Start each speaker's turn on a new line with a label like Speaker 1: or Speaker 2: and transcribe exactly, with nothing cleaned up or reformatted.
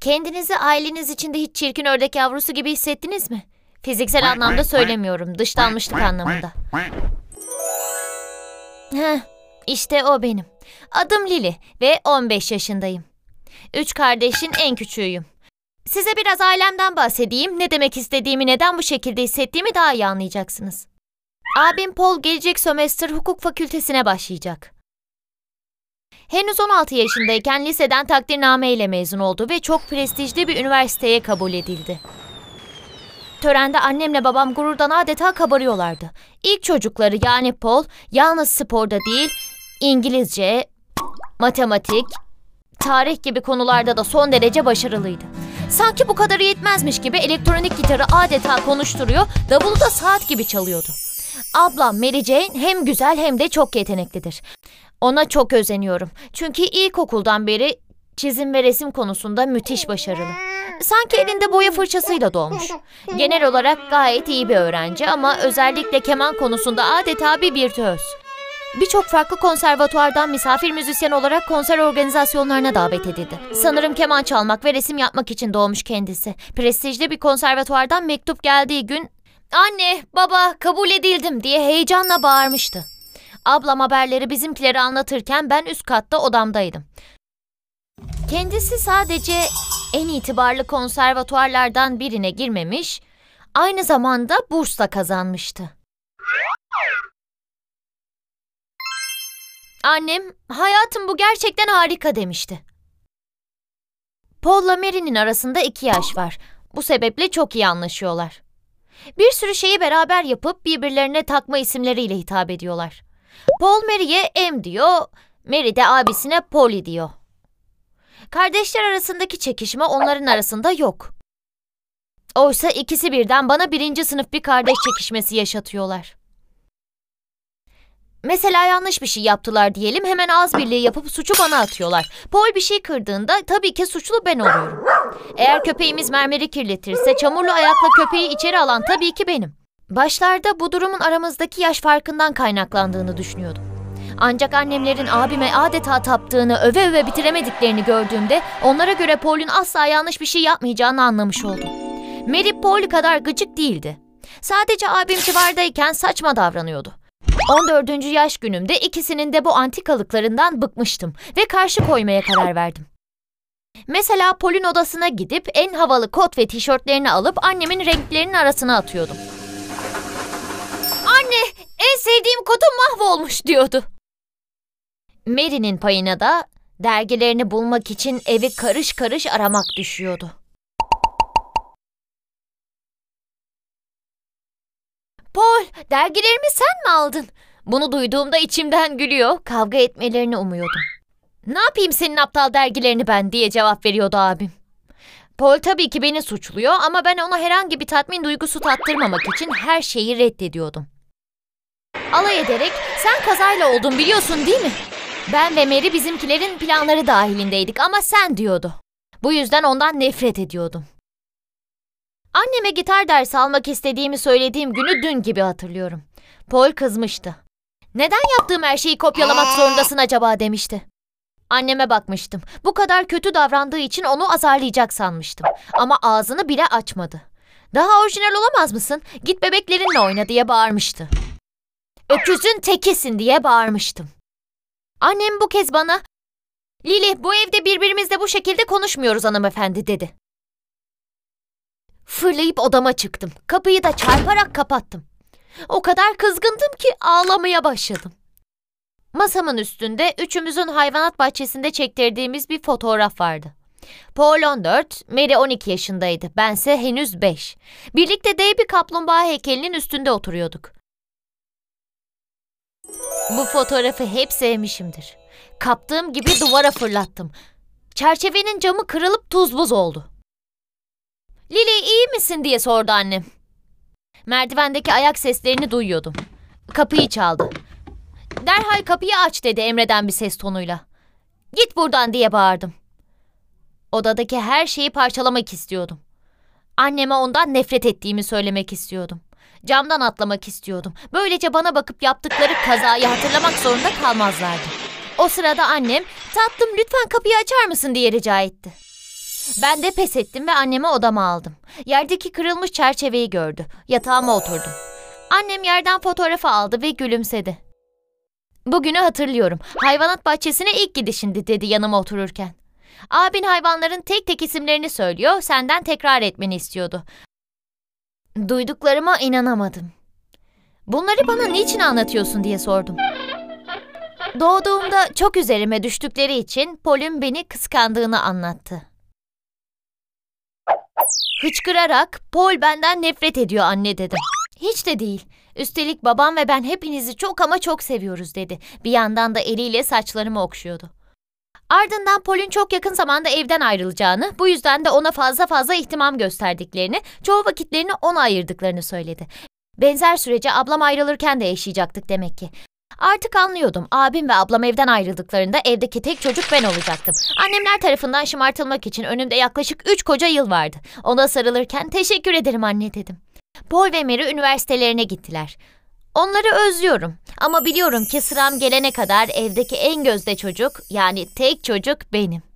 Speaker 1: Kendinizi aileniz içinde hiç çirkin ördek yavrusu gibi hissettiniz mi? Fiziksel anlamda söylemiyorum, dışlanmışlık anlamında. Heh, işte o benim. Adım Lili ve on beş yaşındayım. Üç kardeşin en küçüğüyüm. Size biraz ailemden bahsedeyim, ne demek istediğimi, neden bu şekilde hissettiğimi daha iyi anlayacaksınız. Abim Paul gelecek sömestr hukuk fakültesine başlayacak. Henüz on altı yaşındayken liseden takdirname ile mezun oldu ve çok prestijli bir üniversiteye kabul edildi. Törende annemle babam gururdan adeta kabarıyorlardı. İlk çocukları yani Paul yalnız sporda değil, İngilizce, matematik, tarih gibi konularda da son derece başarılıydı. Sanki bu kadarı yetmezmiş gibi elektronik gitarı adeta konuşturuyor, davulu da saat gibi çalıyordu. Ablam Mary Jane hem güzel hem de çok yeteneklidir. Ona çok özeniyorum. Çünkü ilkokuldan beri çizim ve resim konusunda müthiş başarılı. Sanki elinde boya fırçasıyla doğmuş. Genel olarak gayet iyi bir öğrenci ama özellikle keman konusunda adeta bir virtüöz. Birçok farklı konservatuvardan misafir müzisyen olarak konser organizasyonlarına davet edildi. Sanırım keman çalmak ve resim yapmak için doğmuş kendisi. Prestijli bir konservatuvardan mektup geldiği gün "Anne, baba, kabul edildim" diye heyecanla bağırmıştı. Ablam haberleri bizimkilere anlatırken ben üst katta odamdaydım. Kendisi sadece en itibarlı konservatuvarlardan birine girmemiş, aynı zamanda burs da kazanmıştı. Annem, "Hayatım, bu gerçekten harika" demişti. Paul'la Mary'nin arasında iki yaş var. Bu sebeple çok iyi anlaşıyorlar. Bir sürü şeyi beraber yapıp birbirlerine takma isimleriyle hitap ediyorlar. Paul Mary'e M diyor, Mary de abisine Polly diyor. Kardeşler arasındaki çekişme onların arasında yok. Oysa ikisi birden bana birinci sınıf bir kardeş çekişmesi yaşatıyorlar. Mesela yanlış bir şey yaptılar diyelim, hemen ağız birliği yapıp suçu bana atıyorlar. Paul bir şey kırdığında tabii ki suçlu ben oluyorum. Eğer köpeğimiz mermeri kirletirse çamurlu ayakla köpeği içeri alan tabii ki benim. Başlarda bu durumun aramızdaki yaş farkından kaynaklandığını düşünüyordum. Ancak annemlerin abime adeta taptığını, öve öve bitiremediklerini gördüğümde onlara göre Paul'un asla yanlış bir şey yapmayacağını anlamış oldum. Mary Paul kadar gıcık değildi. Sadece abim civardayken saçma davranıyordu. on dördüncü yaş günümde ikisinin de bu antikalıklarından bıkmıştım ve karşı koymaya karar verdim. Mesela Paul'un odasına gidip en havalı kot ve tişörtlerini alıp annemin renklerinin arasına atıyordum. "Anne, en sevdiğim kotum mahvolmuş" diyordu. Mary'nin payına da dergilerini bulmak için evi karış karış aramak düşüyordu. "Paul, dergilerimi sen mi aldın?" Bunu duyduğumda içimden gülüyor, kavga etmelerini umuyordum. "Ne yapayım senin aptal dergilerini ben?" diye cevap veriyordu abim. Paul tabii ki beni suçluyor ama ben ona herhangi bir tatmin duygusu tattırmamak için her şeyi reddediyordum. Alay ederek "Sen kazayla oldun biliyorsun değil mi? Ben ve Mary bizimkilerin planları dahilindeydik ama sen" diyordu. Bu yüzden ondan nefret ediyordum. Anneme gitar dersi almak istediğimi söylediğim günü dün gibi hatırlıyorum. Paul kızmıştı. "Neden yaptığım her şeyi kopyalamak zorundasın acaba?" demişti. Anneme bakmıştım. Bu kadar kötü davrandığı için onu azarlayacak sanmıştım. Ama ağzını bile açmadı. "Daha orijinal olamaz mısın? Git bebeklerinle oyna" diye bağırmıştı. "Öküzün tekisin" diye bağırmıştım. Annem bu kez bana "Lili, bu evde birbirimizle bu şekilde konuşmuyoruz hanımefendi" dedi. Fırlayıp odama çıktım. Kapıyı da çarparak kapattım. O kadar kızgındım ki ağlamaya başladım. Masamın üstünde üçümüzün hayvanat bahçesinde çektirdiğimiz bir fotoğraf vardı. Paul on dört, Mary on iki yaşındaydı. Bense henüz beş. Birlikte dev bir kaplumbağa heykelinin üstünde oturuyorduk. Bu fotoğrafı hep sevmişimdir. Kaptığım gibi duvara fırlattım. Çerçevenin camı kırılıp tuz buz oldu. "Lili, iyi misin?" diye sordu annem. Merdivendeki ayak seslerini duyuyordum. Kapıyı çaldı. "Derhal kapıyı aç" dedi emreden bir ses tonuyla. "Git buradan" diye bağırdım. Odadaki her şeyi parçalamak istiyordum. Anneme ondan nefret ettiğimi söylemek istiyordum. Camdan atlamak istiyordum. Böylece bana bakıp yaptıkları kazayı hatırlamak zorunda kalmazlardı. O sırada annem, "Tatlım, lütfen kapıyı açar mısın?" diye rica etti. Ben de pes ettim ve annemi odama aldım. Yerdeki kırılmış çerçeveyi gördü. Yatağıma oturdum. Annem yerden fotoğrafı aldı ve gülümsedi. Bugünü hatırlıyorum. Hayvanat bahçesine ilk gidişindi dedi yanıma otururken. Abin hayvanların tek tek isimlerini söylüyor, senden tekrar etmeni istiyordu. Duyduklarıma inanamadım. Bunları bana niçin anlatıyorsun diye sordum. Doğduğumda çok üzerime düştükleri için Paul'ün beni kıskandığını anlattı. Hıçkırarak, Paul benden nefret ediyor anne dedim. Hiç de değil. Üstelik babam ve ben hepinizi çok ama çok seviyoruz dedi. Bir yandan da eliyle saçlarımı okşuyordu. Ardından Paul'ün çok yakın zamanda evden ayrılacağını, bu yüzden de ona fazla fazla ihtimam gösterdiklerini, çoğu vakitlerini ona ayırdıklarını söyledi. Benzer süreci ablam ayrılırken de yaşayacaktık demek ki. Artık anlıyordum. Abim ve ablam evden ayrıldıklarında evdeki tek çocuk ben olacaktım. Annemler tarafından şımartılmak için önümde yaklaşık üç koca yıl vardı. Ona sarılırken teşekkür ederim anne dedim. Paul ve Mary üniversitelerine gittiler. Onları özlüyorum ama biliyorum ki sıram gelene kadar evdeki en gözde çocuk, yani tek çocuk benim.